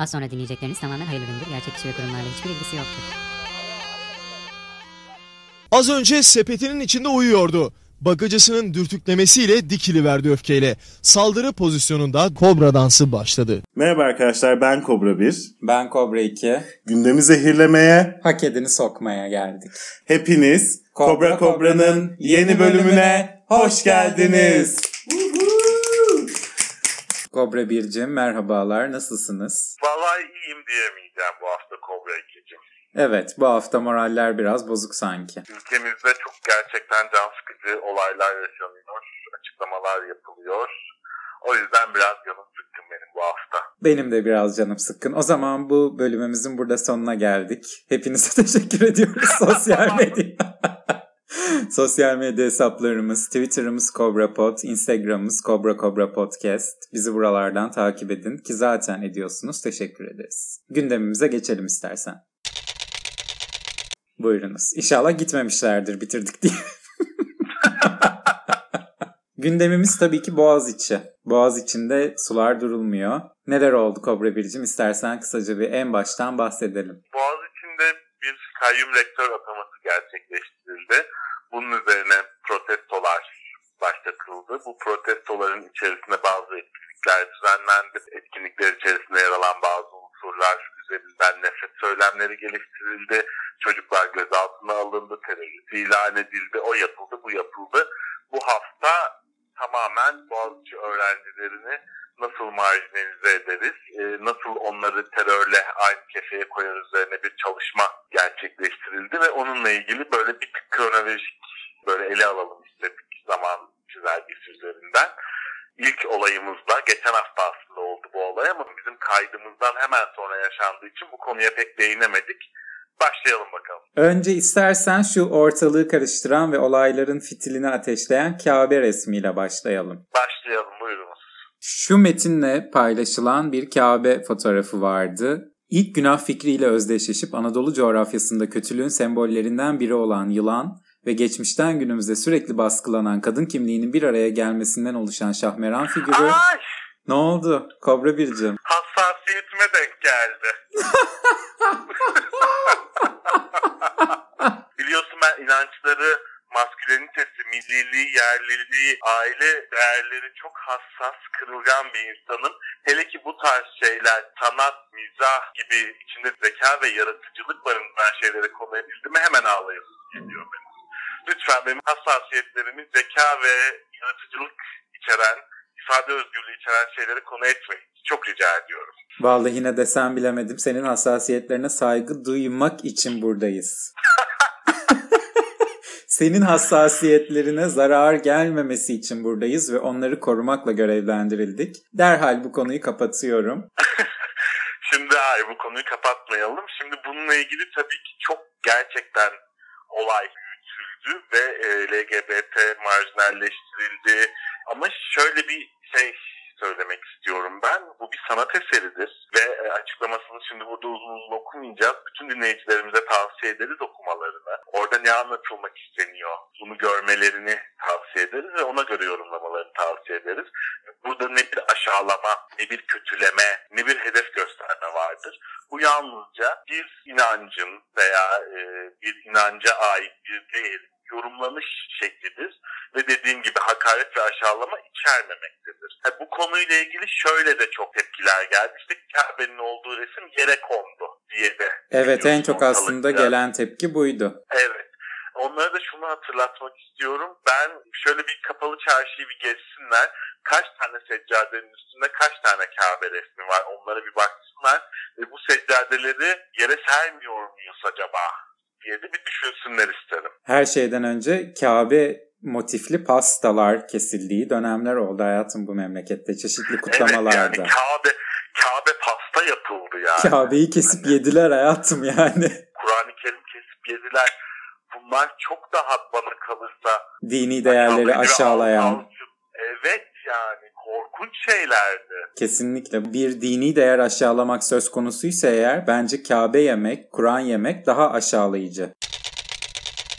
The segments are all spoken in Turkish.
Az sonra dinleyecekleriniz tamamen hayırlı üründür. Gerçek kişi ve kurumlarla hiçbir ilgisi yoktur. Az önce sepetinin içinde uyuyordu. Bagacısının dürtüklemesiyle dikiliverdi öfkeyle. Saldırı pozisyonunda kobra dansı başladı. Merhaba arkadaşlar, ben Kobra 1. Ben Kobra 2. Gündemi zehirlemeye, Hak edeni sokmaya geldik. hepiniz Kobra Kobra'nın yeni bölümüne hoş geldiniz. Kobra 1'cim merhabalar, nasılsınız? Vallahi iyiyim diyemeyeceğim bu hafta Kobra 2'cim. Evet, bu hafta moraller biraz bozuk sanki. Ülkemizde çok gerçekten can sıkıcı olaylar yaşanıyor, açıklamalar yapılıyor. O yüzden biraz canım sıkkın benim bu hafta. Benim de biraz canım sıkkın. O zaman bu bölümümüzün burada sonuna geldik. Hepinize teşekkür ediyoruz sosyal medya. Sosyal medya hesaplarımız, Twitter'ımız KobraPod, Instagram'ımız Kobra Podcast. Bizi buralardan takip edin ki zaten ediyorsunuz. Teşekkür ederiz. Gündemimize geçelim istersen. Buyurunuz. İnşallah gitmemişlerdir bitirdik diye. Gündemimiz tabii ki Boğaziçi. Boğaziçi'nde sular durulmuyor. Neler oldu Kobra 1'cim? İstersen kısaca bir en baştan bahsedelim. Boğaziçi'nde bir kayyum rektör ataması gerçekleştirildi. Bunun üzerine protestolar başlatıldı. Bu protestoların içerisinde bazı etkinlikler düzenlendi. Etkinlikler içerisinde yer alan bazı unsurlar üzerinden nefret söylemleri geliştirildi. Çocuklar gözaltına alındı, terörist ilan edildi. O yapıldı, bu yapıldı. Bu hafta tamamen Boğaziçi öğrencilerini nasıl marjinalize ederiz, nasıl onları terörle aynı kefeye koyarız üzerine bir çalışma gerçekleştirildi ve onunla ilgili böyle bir tık kronolojik böyle ele alalım istedik zaman çizelgesi üzerinden. İlk olayımızda geçen hafta aslında oldu bu olay ama bizim kaydımızdan hemen sonra yaşandığı için bu konuya pek değinemedik. Başlayalım bakalım. Önce istersen şu ortalığı karıştıran ve olayların fitilini ateşleyen Kabe resmiyle başlayalım. Başlayalım, buyurunuz. Şu metinle paylaşılan bir Kabe fotoğrafı vardı. İlk günah fikriyle özdeşleşip Anadolu coğrafyasında kötülüğün sembollerinden biri olan yılan ve geçmişten günümüze sürekli baskılanan kadın kimliğinin bir araya gelmesinden oluşan Şahmeran figürü... Ay! Ne oldu Kobra 1'cim? Hassasiyetime denk geldi. Biliyorsun ben inançları, maskülenitesi, milliliği, yerliliği, aile değerleri çok hassas, kırılgan bir insanım. Hele ki bu tarz şeyler, sanat, mizah gibi içinde zeka ve yaratıcılık barındıran şeylere konu edildi mi hemen ağlayasım geliyor benim. Lütfen benim hassasiyetlerimi zeka ve yaratıcılık içeren, ifade özgürlüğü içeren şeylere konu etmeyin. Çok rica ediyorum. Vallahi yine de sen bilemedim. Senin hassasiyetlerine saygı duymak için buradayız. Senin hassasiyetlerine zarar gelmemesi için buradayız ve onları korumakla görevlendirildik. Derhal bu konuyu kapatıyorum. Şimdi hayır, bu konuyu kapatmayalım. Şimdi bununla ilgili tabii ki çok gerçekten olay büyütüldü ve LGBT marjinalleştirildi. Ama şöyle bir şey söylemek istiyorum ben. Bu bir sanat eseridir ve açıklamasını şimdi burada uzun uzun okumayacağız. Bütün dinleyicilerimize tavsiye ederiz okumalarını. Orada ne anlatılmak isteniyor bunu görmelerini tavsiye ederiz ve ona göre yorumlamalarını tavsiye ederiz. Burada ne bir aşağılama, ne bir kötüleme, ne bir hedef gösterme vardır. Bu yalnızca bir inancın veya bir inanca ait bir değerin yorumlanış şeklidir ve dediğim gibi hakaret ve aşağılama içermemektedir. Bu konuyla ilgili şöyle de çok tepkiler geldi. İşte Kabe'nin olduğu resim yere kondu diye de. Evet, en çok aslında gelen tepki buydu. Evet. Onlara da şunu hatırlatmak istiyorum. Ben şöyle bir kapalı çarşıyı bir gezsinler. Kaç tane seccadenin üstünde kaç tane Kabe resmi var? Onlara bir baksınlar. Ve bu seccadeleri yere sermiyor muyuz acaba diye de bir düşünsünler isterim. Her şeyden önce Kabe motifli pastalar kesildiği dönemler oldu hayatım bu memlekette. Çeşitli kutlamalarda. Evet, yani Kabe pasta yapıldı yani. Kabe'yi kesip yediler hayatım yani. Kur'an-ı Kerim kesip yediler. Bunlar çok daha bana kalırsa dini değerleri aşağılayan. Evet, yani korkunç şeylerdi. Kesinlikle bir dini değer aşağılamak söz konusuysa eğer bence Kabe yemek, Kur'an yemek daha aşağılayıcı.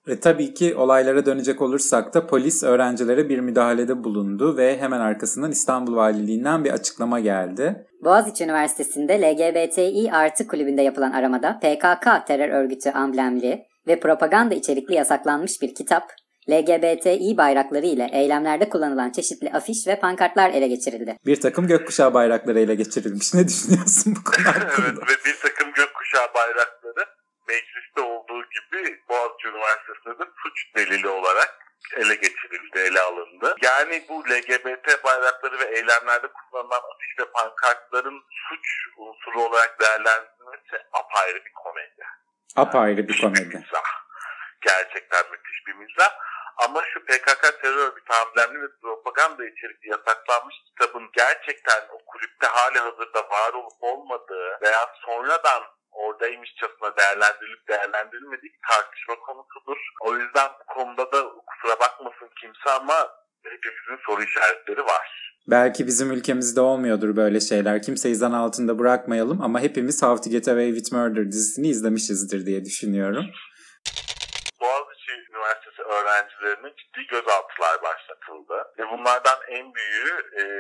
Tabii ki olaylara dönecek olursak da polis öğrencilere bir müdahalede bulundu ve hemen arkasından İstanbul Valiliğinden bir açıklama geldi. Boğaziçi Üniversitesi'nde LGBTİ artı kulübünde yapılan aramada PKK terör örgütü amblemli ve propaganda içerikli yasaklanmış bir kitap, LGBTİ bayrakları ile eylemlerde kullanılan çeşitli afiş ve pankartlar ele geçirildi. Bir takım gökkuşağı bayrakları ele geçirilmiş. Ne düşünüyorsun bu konu hakkında? Evet, ve bir takım gökkuşağı bayrakları mecliste olduğu gibi Boğaziçi Üniversitesi'nde de suç delili olarak ele geçirildi, ele alındı. Yani bu LGBT bayrakları ve eylemlerde kullanılan afiş ve pankartların suç unsuru olarak değerlendirilmesi apayrı bir komedi. Apayrı bir komedi. Mizah. Gerçekten müthiş bir mizah. Ama şu PKK terör örgütü amblemli ve propaganda içerikli yasaklanmış kitabın gerçekten o kulüpte hali hazırda var olup olmadığı veya sonradan oradaymışçasına değerlendirilip değerlendirilmediği tartışma konusudur. O yüzden bu konuda da kusura bakmasın kimse ama hepimizin soru işaretleri var. Belki bizim ülkemizde olmuyordur böyle şeyler. Kimseyi zan altında bırakmayalım ama hepimiz How to Get Away with Murder dizisini izlemişizdir diye düşünüyorum. Boğaziçi Üniversitesi öğrencilerinin ciddi gözaltılar başlatıldı. Ve bunlardan en büyüğü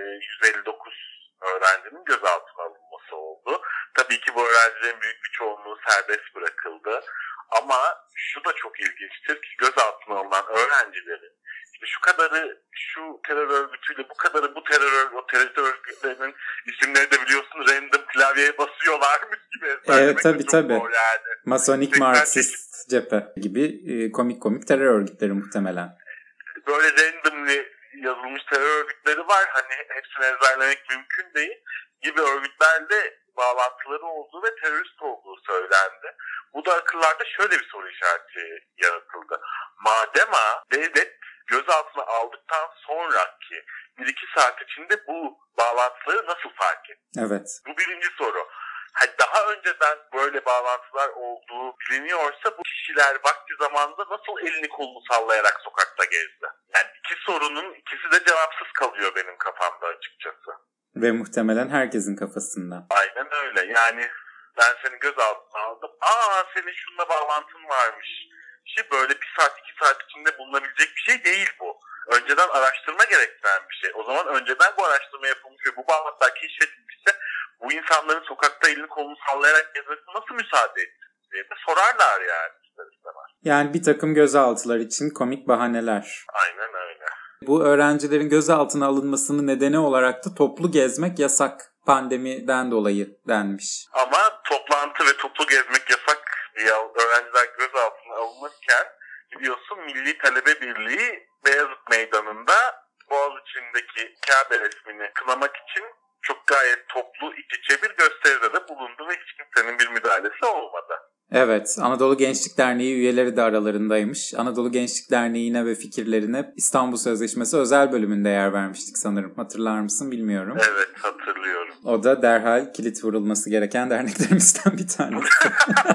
159 öğrencinin gözaltına alınması oldu. Tabii ki bu öğrencilerin büyük bir çoğunluğu serbest bırakıldı. Ama şu da çok ilginçtir ki gözaltına alınan öğrencilerin şu kadarı şu terör örgütüyle bu kadarı bu terör örgütlerinin isimleri de biliyorsun random klavyeye basıyorlarmış gibi. Evet tabii. Yani. Masonik Marksist cephe gibi komik terör örgütleri muhtemelen. Böyle randomly yazılmış terör örgütleri var. Hani hepsini ezberlemek mümkün değil. Gibi örgütlerle bağlantıları olduğu ve terörist olduğu söylendi. Bu da akıllarda şöyle bir soru işareti yaratıldı. Madem devlet gözaltına aldıktan sonraki 1-2 saat içinde bu bağlantıları nasıl fark etti? Evet. Bu birinci soru. Daha önceden böyle bağlantılar olduğu biliniyorsa bu kişiler vakti zamanında nasıl elini kolunu sallayarak sokakta gezdi? Yani iki sorunun ikisi de cevapsız kalıyor benim kafamda açıkçası. Ve muhtemelen herkesin kafasında. Aynen öyle. Yani ben seni gözaltına aldım. Senin şununla bağlantın varmış. Böyle 1 saat 2 saat içinde bulunabilecek bir şey değil bu. Önceden araştırma gerektiren bir şey. O zaman önceden bu araştırma yapılmış ve bu bağlantılar keşfedilmişse bu insanların sokakta elini kolunu sallayarak gezmesine nasıl müsaade ettiniz diye de sorarlar yani. Yani bir takım gözaltılar için komik bahaneler. Aynen öyle. Bu öğrencilerin gözaltına alınmasının nedeni olarak da toplu gezmek yasak pandemiden dolayı denmiş. Ama toplantı ve toplu gezmek yasak diye öğrenciler gözaltına alınırken biliyorsun Milli Talebe Birliği Beyazıt Meydanı'nda Boğaziçi'ndeki Kabe resmini kınamak için çok gayet toplu iç içe bir gösteride de bulundu ve hiç kimsenin bir müdahalesi olmadı. Evet, Anadolu Gençlik Derneği üyeleri de aralarındaymış. Anadolu Gençlik Derneği'ne ve fikirlerine İstanbul Sözleşmesi özel bölümünde yer vermiştik sanırım. Hatırlar mısın bilmiyorum. Evet, hatırlıyorum. O da derhal kilit vurulması gereken derneklerimizden bir tanesi.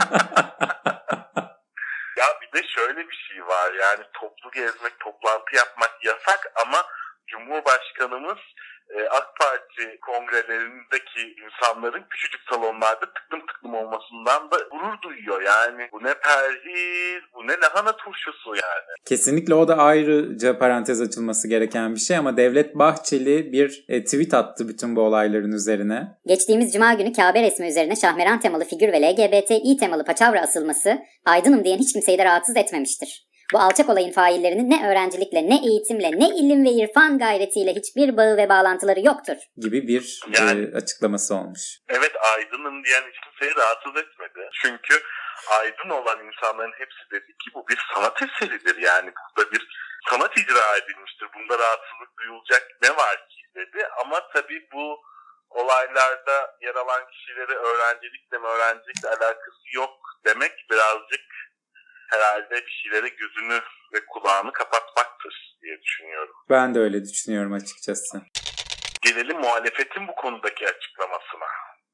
Ya bir de şöyle bir şey var, yani toplu gezmek, toplantı yapmak yasak ama Cumhurbaşkanımız AK Parti kongrelerindeki insanların küçücük salonlarda tıklım olmasından da gurur duyuyor. Yani bu ne perhiz, bu ne lahana turşusu yani. Kesinlikle o da ayrıca parantez açılması gereken bir şey ama Devlet Bahçeli bir tweet attı bütün bu olayların üzerine. Geçtiğimiz cuma günü Kabe resmi üzerine şahmeran temalı figür ve LGBTİ temalı paçavra asılması Aydınım diyen hiç kimseyi de rahatsız etmemiştir. Bu alçak olayın faillerinin ne öğrencilikle, ne eğitimle, ne ilim ve irfan gayretiyle hiçbir bağı ve bağlantıları yoktur. Gibi bir açıklaması olmuş. Evet, aydınım diyen hiç kimseyi rahatsız etmedi. Çünkü aydın olan insanların hepsi dedi ki bu bir sanat eseridir. Yani burada bir sanat icra edilmiştir. Bunda rahatsızlık duyulacak ne var ki dedi. Ama tabii bu olaylarda yer alan kişileri öğrencilikle alakası yok demek birazcık herhalde bir şeylere gözünü ve kulağını kapatmaktır diye düşünüyorum. Ben de öyle düşünüyorum açıkçası. Gelelim muhalefetin bu konudaki açıklamasına.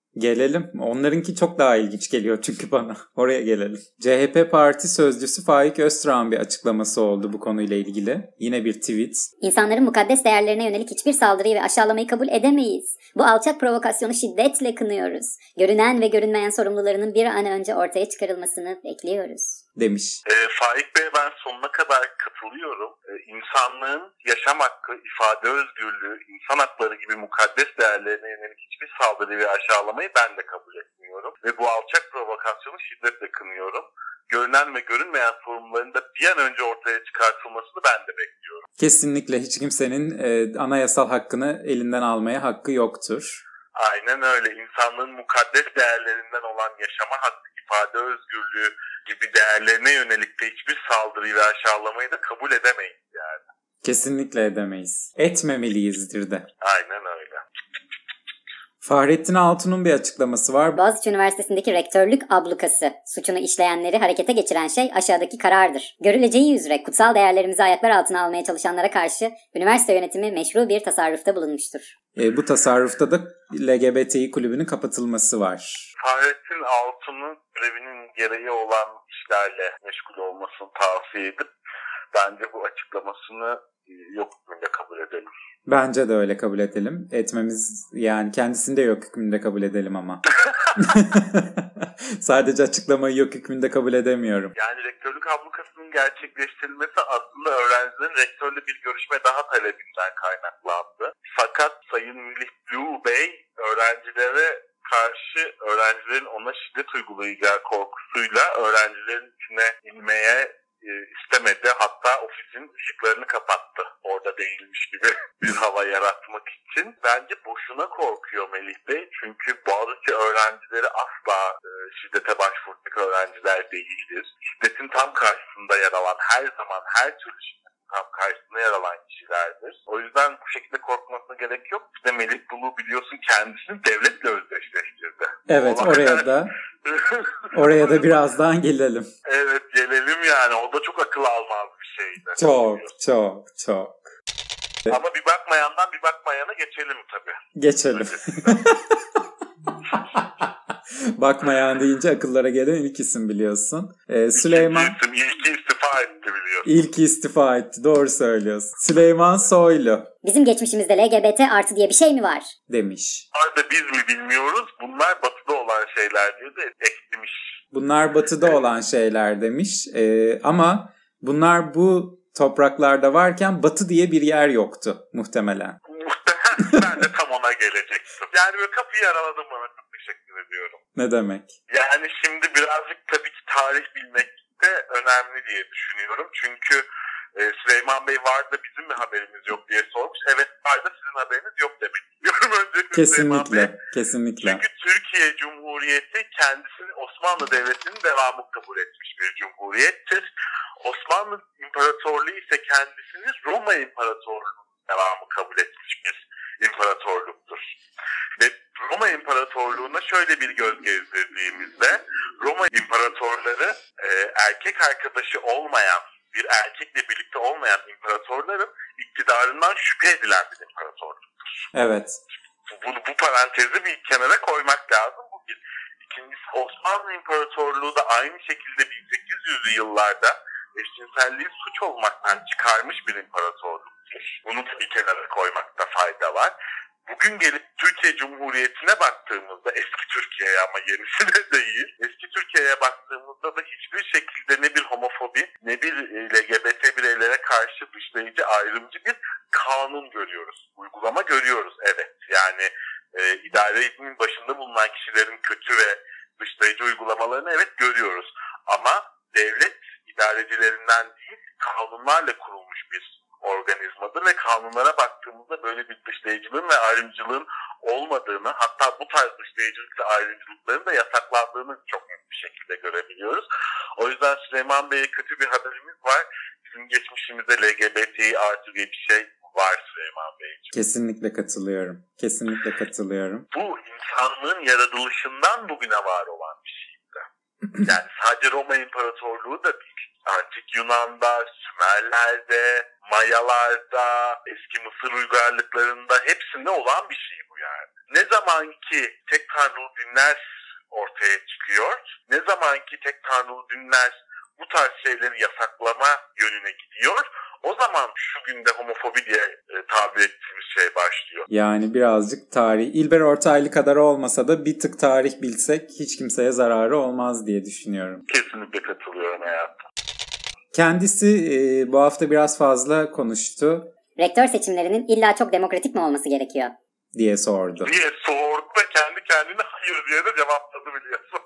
Gelelim. Onlarınki çok daha ilginç geliyor çünkü bana. Oraya gelelim. CHP Parti Sözcüsü Faik Öztürk'ün bir açıklaması oldu bu konuyla ilgili. Yine bir tweet. İnsanların mukaddes değerlerine yönelik hiçbir saldırıyı ve aşağılamayı kabul edemeyiz. Bu alçak provokasyonu şiddetle kınıyoruz. Görünen ve görünmeyen sorumlularının bir an önce ortaya çıkarılmasını bekliyoruz. Demiş. Faik Bey'e ben sonuna kadar katılıyorum. İnsanlığın yaşam hakkı, ifade özgürlüğü, insan hakları gibi mukaddes değerlerine yönelik hiçbir saldırı ve aşağılamayı ben de kabul etmiyorum. Ve bu alçak provokasyonu şiddetle kınıyorum. Görünen ve görünmeyen sorunların da bir an önce ortaya çıkartılmasını ben de bekliyorum. Kesinlikle hiç kimsenin anayasal hakkını elinden almaya hakkı yoktur. Aynen öyle. İnsanlığın mukaddes değerlerinden olan yaşama hakkı, ifade özgürlüğü gibi değerlerine yönelik de hiçbir saldırıyı ve aşağılamayı da kabul edemeyiz yani. Kesinlikle edemeyiz. Etmemeliyizdir de. Aynen öyle. Fahrettin Altun'un bir açıklaması var. Boğaziçi Üniversitesi'ndeki rektörlük ablukası suçunu işleyenleri harekete geçiren şey aşağıdaki karardır. Görüleceği üzere kutsal değerlerimizi ayaklar altına almaya çalışanlara karşı üniversite yönetimi meşru bir tasarrufta bulunmuştur. Bu tasarrufta da LGBTİ kulübünün kapatılması var. Fahrettin Altun'un görevinin gereği olan işlerle meşgul olmasını tavsiye edip bence bu açıklamasını yok hükmünde kabul edelim. Bence de öyle kabul edelim. Etmemiz yani kendisini de yok hükmünde kabul edelim ama. Sadece açıklamayı yok hükmünde kabul edemiyorum. Yani rektörlük ablukasının gerçekleştirilmesi aslında öğrencilerin rektörle bir görüşme daha talebinden kaynaklandı. Fakat Sayın Melih Blue Bey öğrencilere karşı öğrencilerin ona şiddet uygulayacağı korkusuyla öğrencilerin içine inmeye istemedi. Hatta ofisin ışıklarını kapattı. Orada değilmiş gibi bir hava yaratmak için. Bence boşuna korkuyor Melih Bey. Çünkü Boğaziçi öğrencileri asla şiddete başvuracak öğrenciler değildir. Şiddetin tam karşısında yer alan, her zaman her türlü şiddetin tam karşısında yer alan kişilerdir. O yüzden bu şekilde korkmasına gerek yok. İşte Melih Bulu biliyorsun kendisini devletle özdeşleştirdi. Evet, oraya da birazdan gelelim. Evet, gelelim yani. O da çok akıl almaz bir şeydi. Çok. Ama bir bakmayandan bir bakmayana geçelim tabii. Geçelim. Bakmayan deyince akıllara gelen ilk isim biliyorsun. Süleyman... İlki istifa etti biliyorsun. İlki istifa etti. Doğru söylüyorsun. Süleyman Soylu. Bizim geçmişimizde LGBT artı diye bir şey mi var? Demiş. Arada biz mi bilmiyoruz? Bunlar batıda olan şeyler diye de eklemiş. Bunlar batıda olan şeyler demiş. Ama bunlar bu topraklarda varken batı diye bir yer yoktu muhtemelen. Ben de tam ona gelecektim. Yani böyle kapıyı araladım bana. Çok teşekkür ediyorum. Ne demek? Yani şimdi birazcık tabii ki tarih bilmek de önemli diye düşünüyorum. Çünkü Süleyman Bey var da bizim mi haberimiz yok diye sormuş. Evet var da sizin haberiniz yok demek istiyorum öncelikle Süleyman Bey. Kesinlikle. Çünkü Türkiye Cumhuriyeti kendisini Osmanlı Devleti'nin devamı kabul etmiş bir cumhuriyettir. Osmanlı İmparatorluğu ise kendisini Roma İmparatorluğu'nun devamı kabul etmiş bir imparatorluktur. Ve Roma İmparatorluğu'na şöyle bir göz gezdirdiğimizde Roma imparatorları erkek arkadaşı olmayan, bir erkekle birlikte olmayan imparatorların iktidarından şüphe edilen bir imparatorluktur. Evet. Bu parantezi bir kenara koymak lazım. Bu bir. İkincisi Osmanlı İmparatorluğu da aynı şekilde 1800'lü yıllarda eşcinselliği suç olmaktan çıkarmış bir imparatorluktur. Bunu da bir kenara koymakta fayda var. Bugün gelip Türkiye Cumhuriyeti'ne baktığımızda eski Türkiye'ye ama yenisine değil. Eski Türkiye'ye baktığımızda da hiçbir şekilde ne bir homofobi ne bir LGBT bireylere karşı dışlayıcı ayrımcı bir kanun görüyoruz. Uygulama görüyoruz evet. Yani idarenin başında bulunan kişilerin kötü ve dışlayıcı uygulamalarını evet görüyoruz. Ama devlet idarecilerinden değil kanunlarla kurulmuş bir organizmadır ve kanunlara baktığımızda böyle bir dışlayıcılığın ve ayrımcılığın olmadığını hatta bu tarz dışlayıcılık ve ayrımcılıkların da yasaklandığını çok net bir şekilde görebiliyoruz. O yüzden Süleyman Bey'e kötü bir haberimiz var. Bizim geçmişimizde LGBTİ artı diye bir şey var Süleyman Beyciğim. Kesinlikle katılıyorum. Bu insanlığın yaratılışından bugüne var olan bir şeydi. Yani sadece Roma İmparatorluğu da değil. Antik Yunan'da, Sümerler'de, Mayalar'da, eski Mısır uygarlıklarında hepsinde olan bir şey bu yani. ne zamanki tek tanrılı dinler ortaya çıkıyor, ne zamanki tek tanrılı dinler bu tarz şeyleri yasaklama yönüne gidiyor, o zaman şu günde homofobi diye tabir ettiğimiz şey başlıyor. Yani birazcık tarih. İlber Ortaylı kadar olmasa da bir tık tarih bilsek hiç kimseye zararı olmaz diye düşünüyorum. Kesinlikle katılıyorum hayatım. Kendisi bu hafta biraz fazla konuştu. Rektör seçimlerinin illa çok demokratik mi olması gerekiyor diye sordu. Diye sordu ve kendi kendine hayır diye de cevapladı biliyorsun.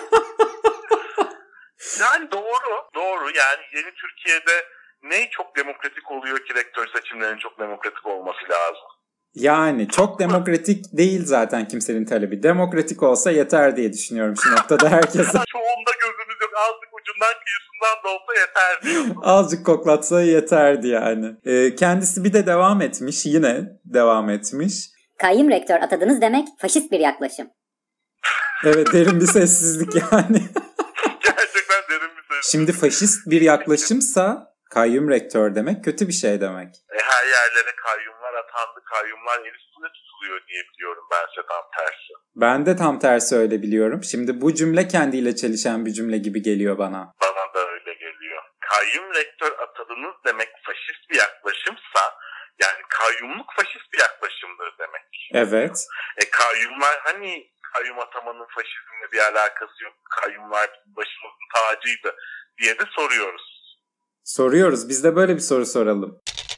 Yani doğru. Yani yeni Türkiye'de ne çok demokratik oluyor ki rektör seçimlerinin çok demokratik olması lazım. Yani çok demokratik değil zaten kimsenin talebi. Demokratik olsa yeter diye düşünüyorum şu noktada herkese. Çoğunda gözümüz yok. Azıcık ucundan kıyısından da olsa yeter diyorsun. Azıcık koklatsa yeterdi yani. Kendisi bir de yine devam etmiş. Kayyum rektör atadınız demek faşist bir yaklaşım. Evet, derin bir sessizlik yani. Gerçekten derin bir sessizlik. Şimdi faşist bir yaklaşımsa kayyum rektör demek kötü bir şey demek. Her yerlere kayyumlar atandı. Kayyumlar el üstünde tutuluyor diye biliyorum bense tam tersi. Ben de tam tersi öyle biliyorum. Şimdi bu cümle kendiyle çelişen bir cümle gibi geliyor bana. Bana da öyle geliyor. Kayyum rektör atadınız demek faşist bir yaklaşımsa, yani kayyumluk faşist bir yaklaşımdır demek. Evet. Kayyumlar hani kayyum atamanın faşizmle bir alakası yok. Kayyumlar başımızın tacıydı diye de soruyoruz. Biz de böyle bir soru soralım.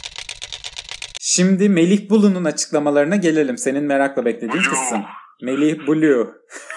Şimdi Melih Bulu'nun açıklamalarına gelelim. Senin merakla beklediğin kısım. Melih Bulu.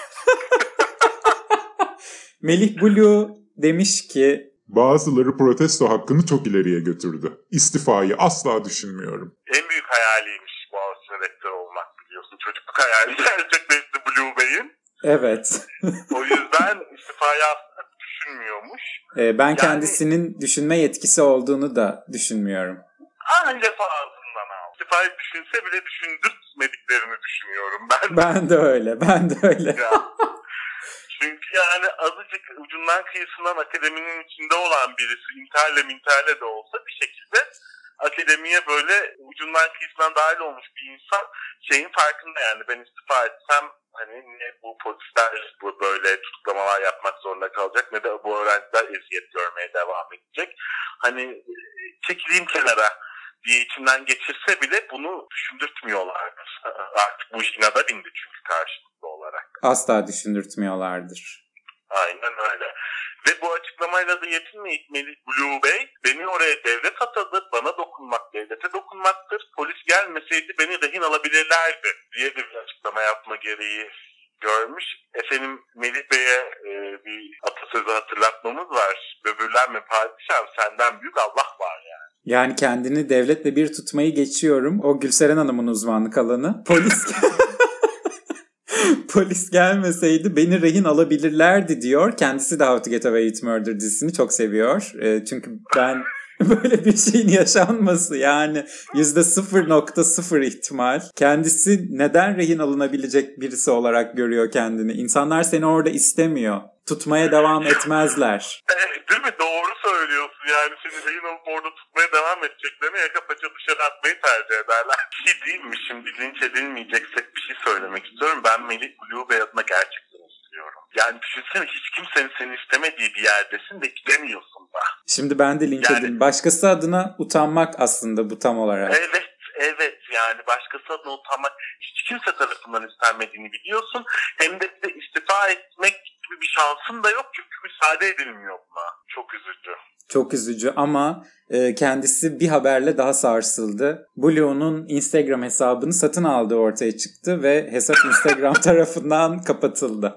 Melih Bulu demiş ki bazıları protesto hakkını çok ileriye götürdü. İstifayı asla düşünmüyorum. En büyük hayaliymiş Boğaziçi rektör olmak biliyorsun. Çocukluk hayali gerçekleşti Blue Bey'in. Evet. O yüzden istifayı asla düşünmüyormuş. Ben kendisinin düşünme yetkisi olduğunu da düşünmüyorum. Ancak ağzından al. İstifayı düşünse bile düşündürtmediklerini düşünüyorum ben. Ben de öyle. Çünkü yani azıcık ucundan kıyısından akademinin içinde olan birisi interle de olsa bir şekilde akademiye böyle ucundan kıyısından dahil olmuş bir insan şeyin farkında, yani ben istifa etsem hani ne bu polisler bu böyle tutuklamalar yapmak zorunda kalacak ne de bu öğrenciler eziyet görmeye devam edecek. Hani çekileyim kenara diye içinden geçirse bile bunu düşündürtmüyorlardır. Artık bu iş inada bindi çünkü karşılıklı olarak. Asla düşündürtmüyorlardır. Aynen öyle. Ve bu açıklamayla da yetinmeyip Melih Blue Bey, beni oraya devlet atadı, bana dokunmak devlete dokunmaktır, polis gelmeseydi beni rehin alabilirlerdi diye bir açıklama yapma gereği görmüş. Efendim Melih Bey'e bir atasözü hatırlatmamız var. Böbürlenme padişahım, senden büyük Allah var yani. Yani kendini devletle bir tutmayı geçiyorum. O Gülseren Hanım'ın uzmanlık alanı. Polis gelmeseydi beni rehin alabilirlerdi diyor. Kendisi de How to Get Away with Murder dizisini çok seviyor. Çünkü ben böyle bir şeyin yaşanması, yani %0.0 ihtimal. Kendisi neden rehin alınabilecek birisi olarak görüyor kendini? İnsanlar seni orada istemiyor. Tutmaya devam etmezler. Değil mi? Doğru söylüyorsun. Yani seni rehin alıp orada tutmaya devam edeceklerine yaka paça dışarı atmayı tercih ederler. Bir şey değil mi? Şimdi linç edilmeyeceksek bir şey söylemek istiyorum. Ben Melih Blue Bey adına gerçekten istiyorum. Yani düşünsene, hiç kimsenin seni istemediği bir yerdesin ve gidemiyorsun da. Şimdi ben de linç edeyim. Başkası adına utanmak aslında bu tam olarak. Evet yani başkası adına utanmak, hiç kimse tarafından istenmediğini biliyorsun. Hem de istifa etmek gibi bir şansın da yok çünkü müsaade edilmiyor buna. Çok üzücü. Çok üzücü ama kendisi bir haberle daha sarsıldı. Blue'nun Instagram hesabını satın aldığı ortaya çıktı ve hesap Instagram tarafından kapatıldı.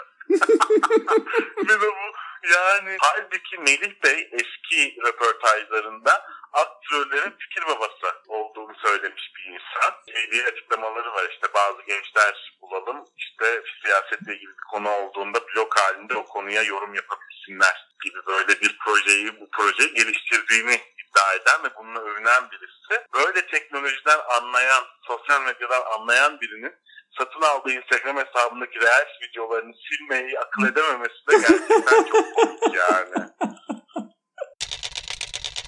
Bir de bu yani halbuki Melih Bey eski röportajlarında aktörlerin fikir babası olduğunu söylemiş bir insan. Bir açıklamaları var, işte bazı gençler bulalım, işte siyasetle ilgili bir konu olduğunda blog halinde o konuya yorum yapabilsinler gibi böyle bir bu projeyi geliştirdiğini iddia eden ve bununla övünen birisi. Böyle teknolojiden anlayan, sosyal medyadan anlayan birinin satın aldığı Instagram hesabındaki Reels videolarını silmeyi akıl edememesi de gerçekten çok komik yani.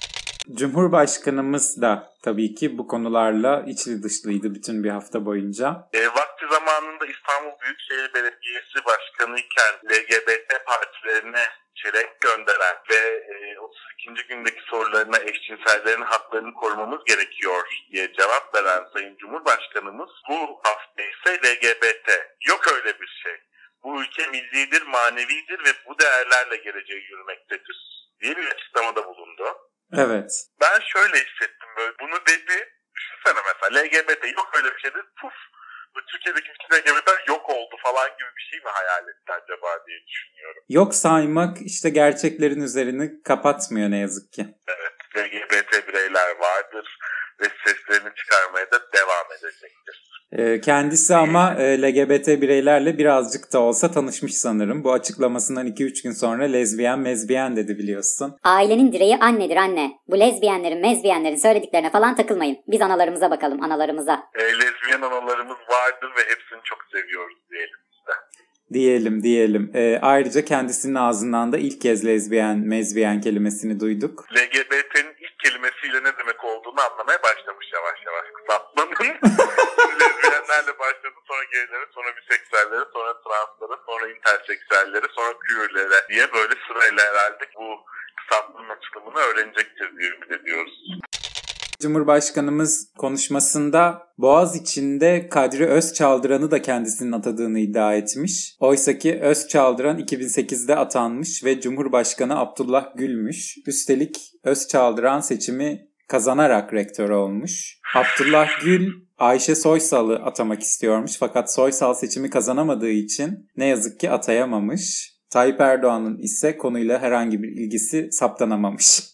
Cumhurbaşkanımız da tabii ki bu konularla içli dışlıydı bütün bir hafta boyunca. Vakti zamanında İstanbul Büyükşehir Belediyesi Başkanı iken LGBT partilerine çelek gönderen ve 32. gündeki sorularına eşcinsellerin haklarını korumamız gerekiyor diye cevap veren Sayın Cumhurbaşkanımız bu hafta ise LGBT. Yok öyle bir şey. Bu ülke millidir, manevidir ve bu değerlerle geleceğe yürümektedir diye bir açıklamada bulundu. Evet. Ben şöyle hissettim böyle. Bunu dedi. Düşünsene mesela LGBT yok öyle bir şeydir. Puf. Türkiye'deki bütün LGBT'ler yok oldu falan gibi bir şey mi hayal etti acaba diye düşünüyorum. Yok saymak işte gerçeklerin üzerini kapatmıyor ne yazık ki. Evet. LGBT bireyler vardır ve seslerini çıkarmaya da devam edecektir. Kendisi ama LGBT bireylerle birazcık da olsa tanışmış sanırım. Bu açıklamasından 2-3 gün sonra lezbiyen dedi biliyorsun. Ailenin direği annedir anne. Bu lezbiyenlerin, mezbiyenlerin söylediklerine falan takılmayın. Biz analarımıza bakalım, analarımıza. Lezbiyen analarımız vardır ve hepsini çok seviyoruz diyelim işte. Diyelim. Ayrıca kendisinin ağzından da ilk kez mezbiyen kelimesini duyduk. LGBT'nin ilk kelimesiyle ne demek olduğunu anlamaya başlamış yavaş kısaltmanın. Lezbiyenlerle başladı, sonra geylere, sonra biseksüellere, sonra translara, sonra interseksüellere, sonra queerlere diye böyle sırayla herhalde bu kısaltmanın açılımını öğrenecektir diye ümit ediyoruz. Cumhurbaşkanımız konuşmasında Boğaziçi'nde Kadri Özçaldıran'ı da kendisinin atadığını iddia etmiş. Oysaki Özçaldıran 2008'de atanmış ve Cumhurbaşkanı Abdullah Gül'müş. Üstelik Özçaldıran seçimi kazanarak rektör olmuş. Abdullah Gül Ayşe Soysal'ı atamak istiyormuş fakat Soysal seçimi kazanamadığı için ne yazık ki atayamamış. Tayyip Erdoğan'ın ise konuyla herhangi bir ilgisi saptanamamış.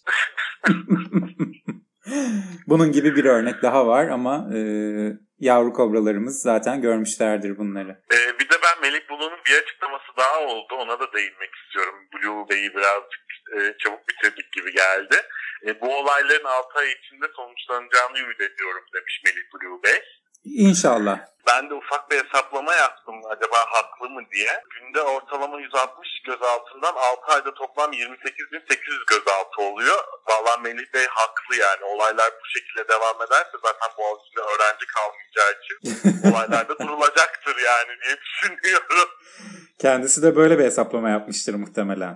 Bunun gibi bir örnek daha var ama yavru kobralarımız zaten görmüşlerdir bunları. Bir de ben Melih Bulu'nun bir açıklaması daha oldu. Ona da değinmek istiyorum. Blue Bey'i birazcık çabuk bitirdik gibi geldi. Bu olayların 6 ay içinde sonuçlanacağını ümit ediyorum demiş Melih Blue Bey. İnşallah. Ben de ufak bir hesaplama yaptım acaba haklı mı diye. Günde ortalama 160 gözaltından 6 ayda toplam 28.800 gözaltı oluyor. Vallahi Melih Bey haklı yani. Olaylar bu şekilde devam ederse zaten Boğaziçi'nde öğrenci kalmayacağı için olaylarda durulacaktır yani diye düşünüyorum. Kendisi de böyle bir hesaplama yapmıştır muhtemelen.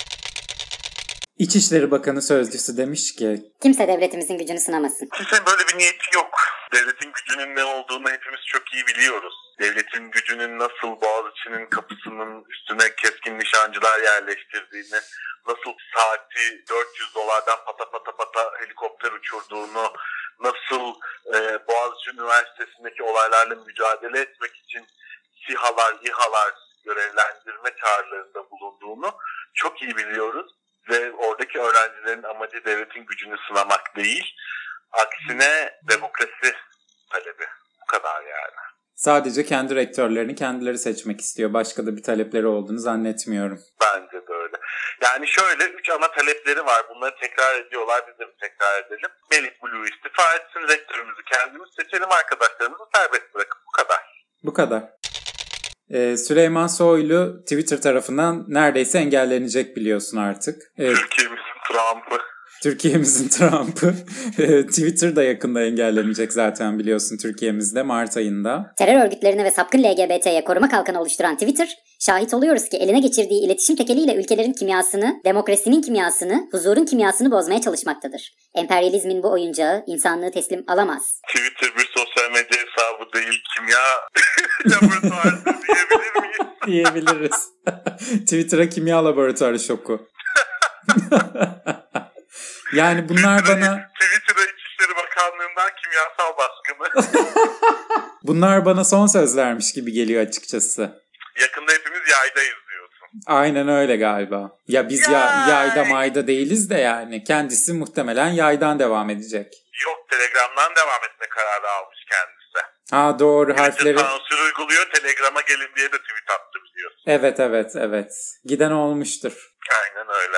İçişleri Bakanı Sözcüsü demiş ki kimse devletimizin gücünü sınamasın. Kimsenin böyle bir niyeti yok. Devletin gücünün ne olduğunu hepimiz çok iyi biliyoruz. Devletin gücünün nasıl Boğaziçi'nin kapısının üstüne keskin nişancılar yerleştirdiğini, nasıl saati $400'dan pata helikopter uçurduğunu, nasıl Boğaziçi Üniversitesi'ndeki olaylarla mücadele etmek için İHA'lar görevlendirme çağrılarında bulunduğunu çok iyi biliyoruz. Ve oradaki öğrencilerin amacı devletin gücünü sınamak değil, aksine demokrasi talebi. Bu kadar yani. Sadece kendi rektörlerini kendileri seçmek istiyor. Başka da bir talepleri olduğunu zannetmiyorum. Bence de öyle. Yani şöyle 3 ana talepleri var. Bunları tekrar ediyorlar. Biz de tekrar edelim. Melih Blue istifa etsin. Rektörümüzü kendimiz seçelim. Arkadaşlarımızı serbest bırakın. Bu kadar. Bu kadar. Süleyman Soylu Twitter tarafından neredeyse engellenecek biliyorsun artık. Türkiye'mizin Trump'ı. Twitter da yakında engellenecek zaten biliyorsun Türkiye'mizde Mart ayında. Terör örgütlerine ve sapkın LGBT'ye koruma kalkanı oluşturan Twitter, şahit oluyoruz ki eline geçirdiği iletişim tekeliyle ülkelerin kimyasını, demokrasinin kimyasını, huzurun kimyasını bozmaya çalışmaktadır. Emperyalizmin bu oyuncağı insanlığı teslim alamaz. Twitter bir sosyal medya hesabı değil, kimya laboratuvarı diyebilir miyiz? Diyebiliriz. Twitter'a kimya laboratuvarı şoku. Yani bunlar bana... Twitter'a İçişleri Bakanlığı'ndan kimyasal baskını. Bunlar bana son sözlermiş gibi geliyor açıkçası. Yakında hepimiz yaydayız diyorsun. Aynen öyle galiba. Ya biz yayda mayda değiliz de yani. Kendisi muhtemelen yaydan devam edecek. Yok, Telegram'dan devam etme kararı almış kendisi. Ha doğru, harfleri... Sansür uyguluyor, Telegram'a gelin diye de tweet attı biliyorsun. Evet. Giden olmuştur. Aynen öyle.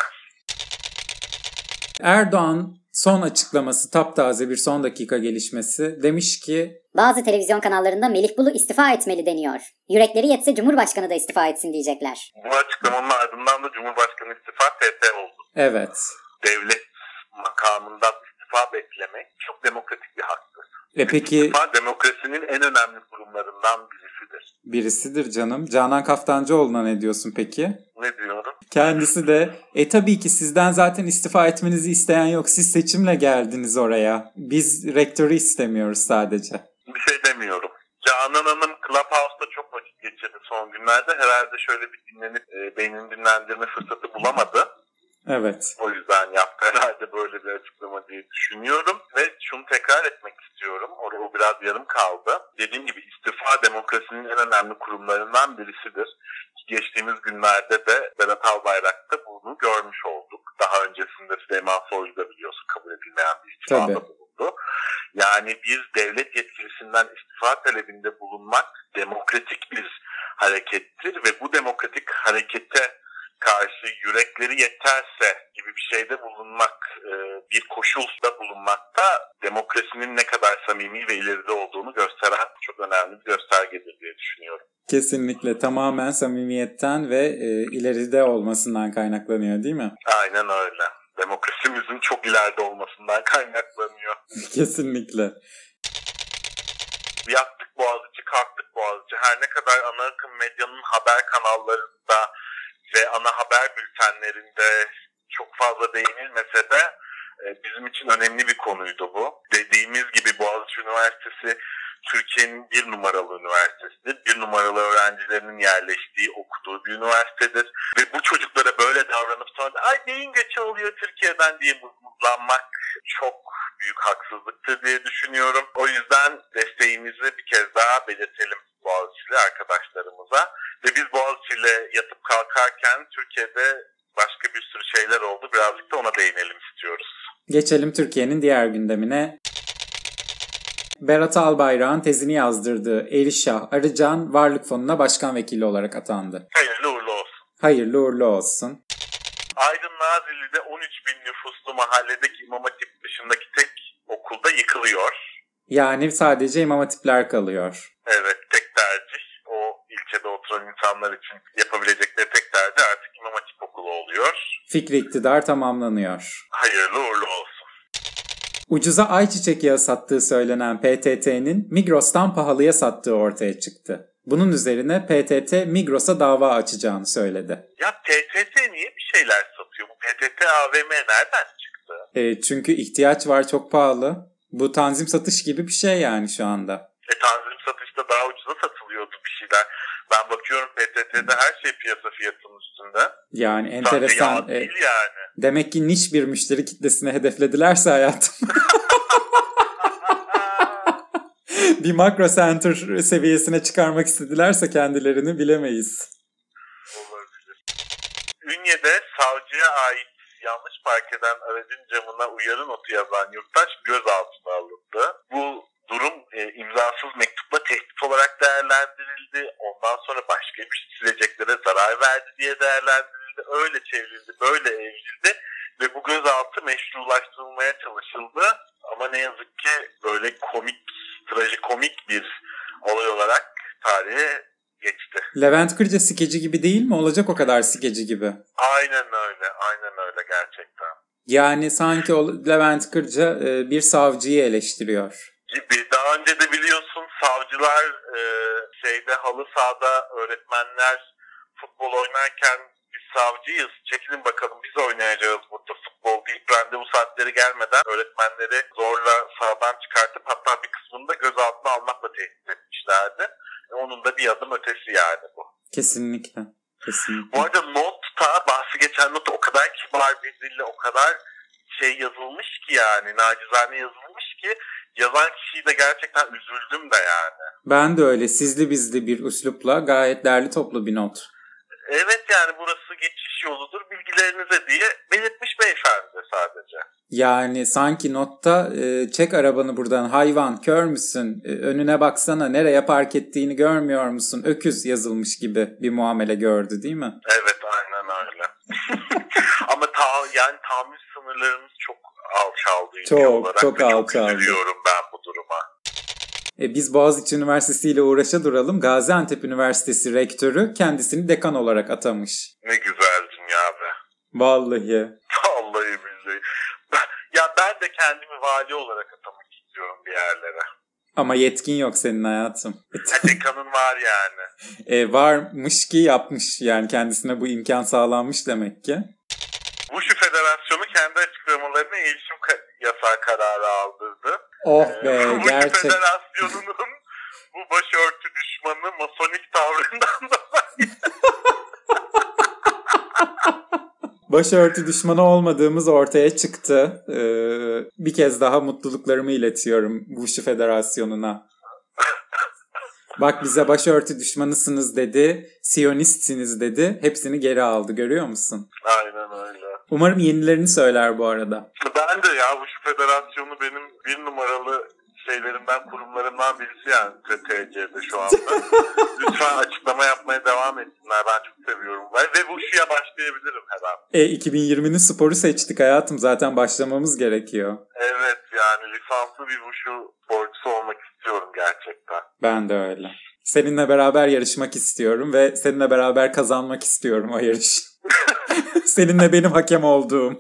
Erdoğan son açıklaması, taptaze bir son dakika gelişmesi, demiş ki bazı televizyon kanallarında Melih Bulu istifa etmeli deniyor. Yürekleri yetse Cumhurbaşkanı da istifa etsin diyecekler. Bu açıklamanın ardından da Cumhurbaşkanı istifa TT oldu. Evet. Devlet makamından istifa beklemek çok demokratik bir haktır. Peki İstifa demokrasinin en önemli kurumlarından birisidir. birisidir canım. Canan Kaftancıoğlu'na ne diyorsun peki? Ne diyorum? Kendisi de tabii ki sizden zaten istifa etmenizi isteyen yok. Siz seçimle geldiniz oraya. Biz rektörü istemiyoruz sadece. Bir şey demiyorum. Canan Hanım Clubhouse'da çok vakit geçirdi son günlerde. Herhalde şöyle bir dinlenip beynini dinlendirme fırsatı bulamadı. Evet. O yüzden yaptı herhalde böyle bir açıklama diye düşünüyorum. Ve şunu tekrar etmek istiyorum. O biraz yarım kaldı. Dediğim gibi istifa demokrasinin en önemli kurumlarından birisidir. Geçtiğimiz günlerde de Berat Albayrak'ta bunu görmüş olduk. Daha öncesinde Süleyman Soylu da biliyorsun kabul edilmeyen bir istifada bulundu. Yani bir devlet yetkilisinden istifa talebinde bulunmak demokratik bir harekettir ve bu demokratik harekete karşı yürekleri yeterse gibi bir şeyde bulunmak, bir koşulda bulunmak da demokrasinin ne kadar samimi ve ileride olduğunu gösteren çok önemli bir göstergedir diye düşünüyorum. Kesinlikle tamamen samimiyetten ve ileride olmasından kaynaklanıyor değil mi? Aynen öyle. Demokrasimizin çok ileride olmasından kaynaklanıyor. Kesinlikle. Yattık Boğaziçi, kalktık Boğaziçi. Her ne kadar ana akım medyanın haber kanallarında ve ana haber bültenlerinde çok fazla değinilmese de bizim için önemli bir konuydu bu. Dediğimiz gibi Boğaziçi Üniversitesi Türkiye'nin bir numaralı üniversitesidir. Bir numaralı öğrencilerinin yerleştiği, okuduğu bir üniversitedir. Ve bu çocuklara böyle davranıp sonra da, ay beyin göçü oluyor Türkiye'den diye mutlanmak çok büyük haksızlıktır diye düşünüyorum. O yüzden desteğimizi bir kez daha belirtelim Boğaziçi'li arkadaşlarımıza. Ve biz Boğaziçi'yle yatıp kalkarken Türkiye'de başka bir sürü şeyler oldu. Birazcık da ona değinelim istiyoruz. Geçelim Türkiye'nin diğer gündemine. Berat Albayrak'ın tezini yazdırdığı Elişah Arıcan Varlık Fonu'na başkan vekili olarak atandı. Hayırlı uğurlu olsun. Hayırlı uğurlu olsun. Aydın Nazilli'de 13 bin nüfuslu mahalledeki İmam Hatip dışındaki tek okulda yıkılıyor. Yani sadece imam hatipler kalıyor. Evet, tek tercih. O ilçede oturan insanlar için yapabilecekleri tek tercih artık İmam Hatip okulu oluyor. Fikri iktidar tamamlanıyor. Hayırlı uğurlu olsun. Ucuza ayçiçek yağı sattığı söylenen PTT'nin Migros'tan pahalıya sattığı ortaya çıktı. Bunun üzerine PTT Migros'a dava açacağını söyledi. Ya PTT niye bir şeyler satıyor? Bu PTT AVM nereden çıktı? Çünkü ihtiyaç var, çok pahalı. Bu tanzim satış gibi bir şey yani şu anda. Tanzim satışta daha ucuza satılıyordu bir şeyler. Ben bakıyorum PTT'de her şey piyasa fiyatının üstünde. Yani enteresan. Değil yani. Demek ki niş bir müşteri kitlesine hedefledilerse hayatım. Bir makro center seviyesine çıkarmak istedilerse kendilerini bilemeyiz. Olabilir. Ünye'de savcıya ait yanlış park eden aracın camına uyarı notu yazan yurttaş gözaltına alındı. Bu durum imzasız mektupla tehdit olarak değerlendirildi. Ondan sonra başka bir sileceklere zarar verdi diye değerlendirildi. Öyle çevrildi, böyle evrildi ve bu gözaltı meşrulaştırılmaya çalışıldı. Ama ne yazık ki böyle trajikomik bir olay olarak tarihe geçti. Levent Kırca skeci gibi değil mi? Olacak o kadar skeci gibi. Aynen öyle gerçekten. Yani sanki Levent Kırca bir savcıyı eleştiriyor. Gibi. Daha önce de biliyorsun savcılar halı sahada öğretmenler futbol oynarken biz savcıyız, çekilin bakalım biz oynayacağız burada futbol deyip randevu saatleri gelmeden öğretmenleri zorla sahadan çıkartıp hatta bir kısmını da gözaltına almakla tehdit etmişlerdi. Onun da bir adım ötesi yani bu. Kesinlikle. Bu arada bahsi geçen not o kadar kibar bir dille o kadar yazılmış ki yani nacizane yazılmış ki yazan kişiyi de gerçekten üzüldüm de yani. Ben de öyle sizli bizli bir üslupla gayet derli toplu bir not. Evet yani burası geçiş yoludur bilgilerinize diye belirtmiş beyefendi sadece. Yani sanki notta çek arabanı buradan hayvan kör müsün önüne baksana nereye park ettiğini görmüyor musun öküz yazılmış gibi bir muamele gördü değil mi? Evet aynen öyle. Ama tahammül sınırlarımız çok alçaldı. Çok alçaldı. Üzülüyorum ben bu duruma. Biz Boğaziçi Üniversitesi ile uğraşa duralım. Gaziantep Üniversitesi rektörü kendisini dekan olarak atamış. Ne güzel dünya be. Vallahi. Vallahi billahi. Ben de kendimi vali olarak atamak istiyorum bir yerlere. Ama yetkin yok senin hayatım. Dekanın var yani. Varmış ki yapmış, yani kendisine bu imkan sağlanmış demek ki. Wushu Federasyonu kendi açıklamalarına erişim yasağı kararı aldırdı. Oh be, Wushu gerçek. Federasyonu'nun bu başörtü düşmanı masonik tavrından dolayı. Başörtü düşmanı olmadığımız ortaya çıktı. Bir kez daha mutluluklarımı iletiyorum Wushu Federasyonu'na. Bak, bize başörtü düşmanısınız dedi, Siyonistsiniz dedi. Hepsini geri aldı, görüyor musun? Aynen öyle. Umarım yenilerini söyler bu arada. Ben de ya Wushu Federasyonu benim bir numaralı şeylerimden, kurumlarımdan birisi yani TC'de şu anda. Lütfen açıklama yapmaya devam etsinler. Ben çok seviyorum. Ve Wushu'ya başlayabilirim her an. 2020'nin sporu seçtik hayatım. Zaten başlamamız gerekiyor. Evet, yani lisanslı bir Wushu sporcusu olmak istiyorum gerçekten. Ben de öyle. Seninle beraber yarışmak istiyorum ve seninle beraber kazanmak istiyorum o yarışı. Seninle benim hakem olduğum.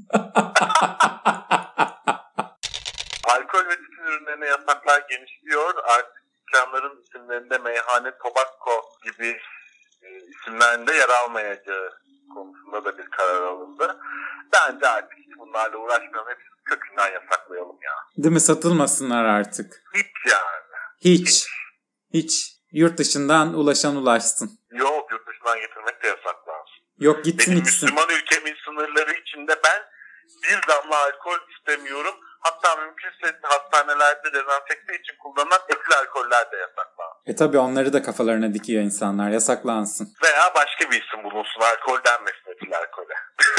Alkol ve tütün ürünlerine yasaklar genişliyor. Artık dükkanların isimlerinde meyhane, tobacco gibi isimlerinde yer almayacağı konusunda da bir karar alındı. Bence artık hiç bunlarla uğraşmayalım. Hepsini kökünden yasaklayalım ya. Değil mi? Satılmasınlar artık. Hiç yani. Hiç. Yurt dışından ulaşan ulaşsın. Yok, yurt dışından getirmek de yasaklansın. Yok, gitsin Benim içsin. Müslüman ülkemin sınırları içinde ben bir damla alkol istemiyorum. Hatta mümkünse hastanelerde dezenfekte için kullanılan etil alkoller de yasaklansın. Tabii onları da kafalarına dikiyor insanlar. Yasaklansın. Veya başka bir isim bulunsun. Alkol denmesin etil alkole.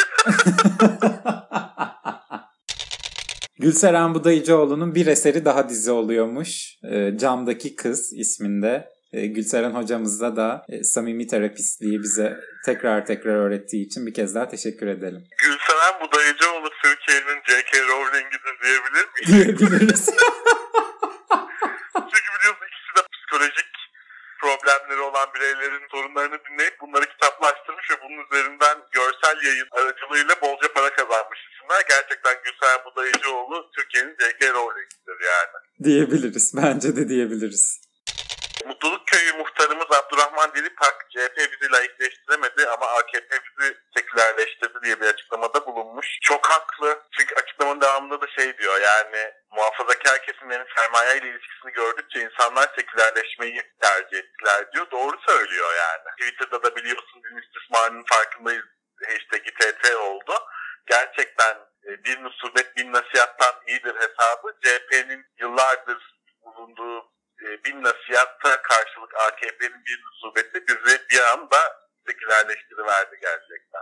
Gülseren Budayıcıoğlu'nun bir eseri daha dizi oluyormuş. Camdaki Kız isminde. Gülseren hocamızda da samimi terapistliği bize tekrar öğrettiği için bir kez daha teşekkür edelim. Gülseren Budayıcıoğlu Türkiye'nin J.K. Rowling'idir diyebilir miyiz? Diyebiliriz. Çünkü biliyorsun ikisi de psikolojik problemleri olan bireylerin sorunlarını dinleyip bunları kitaplaştırmış ve bunun üzerinden görsel yayın aracılığıyla bolca para kazanmış isimler. Gerçekten Gülseren Budayıcıoğlu Türkiye'nin J.K. Rowling'idir yani. Diyebiliriz. Bence de diyebiliriz. Mutluluk Köyü muhtarımız Abdurrahman Dilipak, CHP bizi laikleştiremedi ama AKP bizi sekülerleştirdi diye bir açıklamada bulunmuş. Çok haklı. Çünkü açıklamanın devamında da şey diyor, yani muhafazakar kesimlerin sermaye ile ilişkisini gördükçe insanlar sekülerleşmeyi tercih ettiler diyor. Doğru söylüyor yani. Twitter'da da biliyorsun din istismarının farkındayız hashtag'i TT oldu. Gerçekten bir musibet bin nasihattan iyidir hesabı CHP'nin yıllardır bulunduğu bin nasihatta karşılık AKP'nin bir musibeti bizi bir anda sekülerleştiriverdi gerçekten.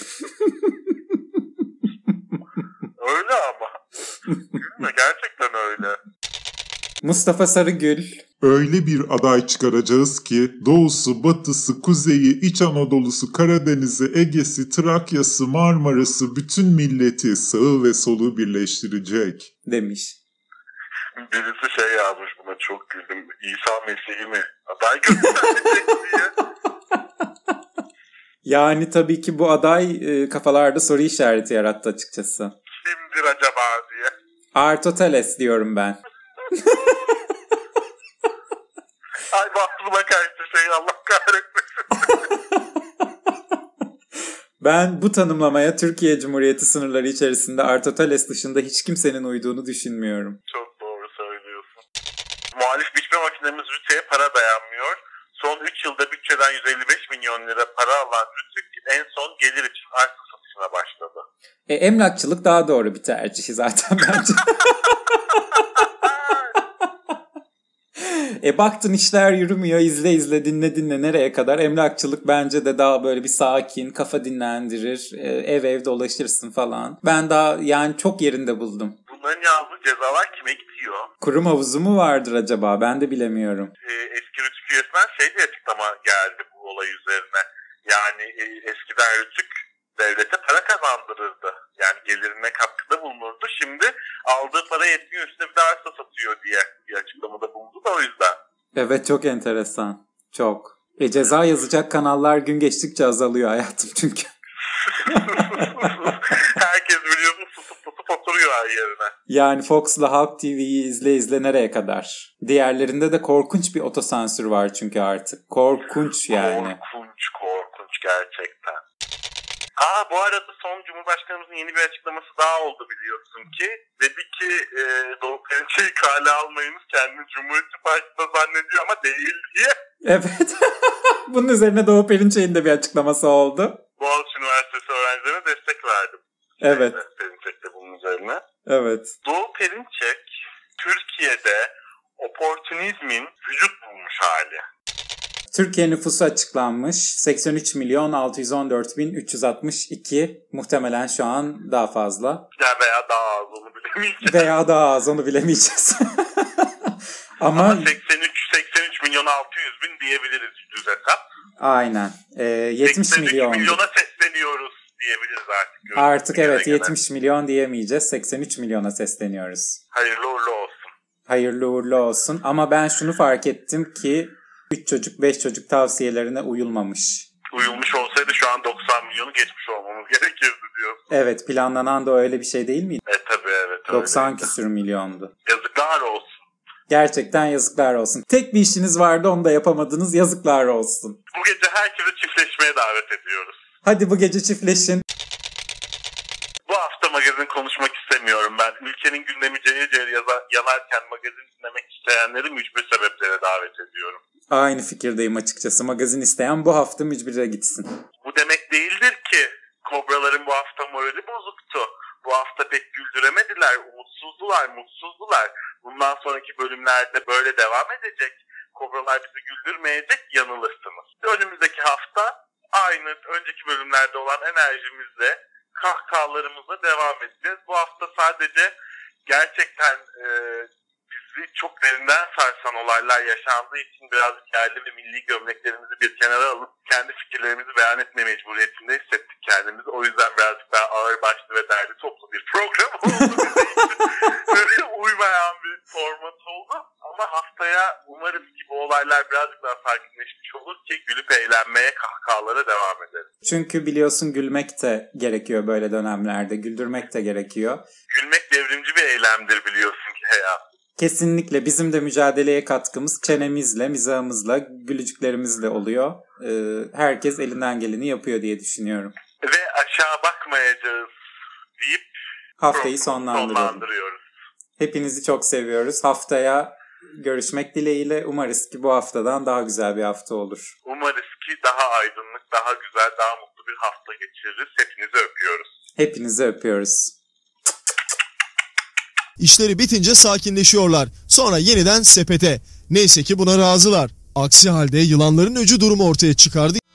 Öyle ama. Gülme, gerçekten öyle. Mustafa Sarıgül. Öyle bir aday çıkaracağız ki doğusu, batısı, kuzeyi, İç Anadolu'su, Karadeniz'i, Ege'si, Trakya'sı, Marmara'sı bütün milleti sağı ve solu birleştirecek Demiş. Birisi şey yazmış, buna çok güldüm. İsa Mesih'i mi aday gösterecek diye. Yani tabii ki bu aday kafalarda soru işareti yarattı açıkçası. Kimdir acaba diye. Aristoteles diyorum ben. Ay, aklıma kaçtı şey, Allah kahretmesin. Ben bu tanımlamaya Türkiye Cumhuriyeti sınırları içerisinde Aristoteles dışında hiç kimsenin uyduğunu düşünmüyorum. Çok doğru söylüyorsun. Muhalif biçme makinemiz Rütü'ye para dayanmıyor. Son 3 yılda bütçeden 155 milyon lira para alan Rütü en son gelir için arsa satışına başladı. Emlakçılık daha doğru bir tercih zaten bence. Baktın işler yürümüyor, izle dinle nereye kadar. Emlakçılık bence de daha böyle bir sakin, kafa dinlendirir, ev dolaşırsın falan. Ben daha yani çok yerinde buldum. Bunların yazdığı cezalar kime gidiyor? Kurum havuzu mu vardır acaba? Ben de bilemiyorum. Eski Rütük üyesinden şey diye açıklama geldi bu olay üzerine. Yani eskiden Rütük devlete para kazandırırdı. Yani gelirine katkıda bulunurdu. Şimdi aldığı para yetmiyor, üstüne bir de arsa satıyor diye bir açıklamada bulundu da o yüzden. Evet, çok enteresan. Çok. Ceza yazacak kanallar gün geçtikçe azalıyor hayatım çünkü. Herkes biliyorsun susup oturuyor yerine. Yani Fox'la Halk TV'yi izle nereye kadar? Diğerlerinde de korkunç bir otosansür var çünkü artık. Korkunç yani. Korkunç gerçekten. Bu arada son Cumhurbaşkanımızın yeni bir açıklaması daha oldu biliyorsun ki. Dedi ki Doğu Perinçek'i kale almayınız, kendini Cumhuriyetçi Partisi'nde zannediyor ama değil diye. Evet. Bunun üzerine Doğu Perinçek'in de bir açıklaması oldu. Boğaziçi Üniversitesi öğrencilerine destek verdim. Evet. Perinçek de bunun üzerine. Evet. Doğu Perinçek Türkiye'de oportunizmin vücut bulmuş hali. Türkiye nüfusu açıklanmış. 83.614.362. Muhtemelen şu an daha fazla. Veya daha az, onu bilemeyeceğiz. Veya daha az, onu bilemeyeceğiz. Ama 83 milyon 600 bin diyebiliriz düz hesap. Aynen. 70 milyon. 83 milyona sesleniyoruz diyebiliriz artık. Artık evet 70 milyon diyemeyeceğiz. 83 milyona sesleniyoruz. Hayırlı uğurlu olsun. Hayırlı uğurlu olsun. Ama ben şunu fark ettim ki 3 çocuk 5 çocuk tavsiyelerine uyulmamış. Uyulmuş olsaydı şu an 90 milyonu geçmiş olmamız gerekirdi diyor. Evet, planlanan da öyle bir şey değil miydi? Tabii evet. 90 öyleydi. küsür milyondu. Yazıklar olsun. Gerçekten yazıklar olsun. Tek bir işiniz vardı, onu da yapamadınız. Yazıklar olsun. Bu gece herkese çiftleşmeye davet ediyoruz. Hadi bu gece çiftleşin. Bu hafta magazin konuşmak istemiyorum ben. Ülkenin gündemi cayır cayır yanarken magazin dinlemek isteyenleri mücbir sebeplere davet ediyorum. Aynı fikirdeyim açıkçası. Magazin isteyen bu hafta mücbire gitsin. Bu demek değildir ki kobraların bu hafta morali bozuktu. Bu hafta pek güldüremediler, mutsuzdular. Bundan sonraki bölümlerde böyle devam edecek. Kobralar bizi güldürmeyecek, yanılırsınız. Önümüzdeki hafta aynı önceki bölümlerde olan enerjimizle, kahkahalarımızla devam edeceğiz. Bu hafta sadece gerçekten bizi çok derinden sarsan olaylar yaşandığı için birazcık yerli ve milli gömleklerimizi bir kenara alıp kendi fikirlerimizi beyan etme mecburiyetinde hissettik kendimizi. O yüzden birazcık daha ağır başlı ve derli toplu bir program oldu. Böyle uymayan bir format oldu. Ama haftaya umarız ki bu olaylar birazcık daha sakinleşmiş olur ki gülüp eğlenmeye, kahkahalara devam ederiz. Çünkü biliyorsun gülmek de gerekiyor böyle dönemlerde. Güldürmek de gerekiyor. Gülmek devrimci bir eylemdir biliyorsun ki hayat. Kesinlikle bizim de mücadeleye katkımız çenemizle, mizahımızla, gülücüklerimizle oluyor. Herkes elinden geleni yapıyor diye düşünüyorum. Ve aşağı bakmayacağız deyip haftayı sonlandırıyoruz. Hepinizi çok seviyoruz. Haftaya görüşmek dileğiyle. Umarız ki bu haftadan daha güzel bir hafta olur. Umarız ki daha aydınlık, daha güzel, daha mutlu bir hafta geçiririz. Hepinizi öpüyoruz. Hepinizi öpüyoruz. İşleri bitince sakinleşiyorlar. Sonra yeniden sepete. Neyse ki buna razılar. Aksi halde yılanların öcü durumu ortaya çıkardı.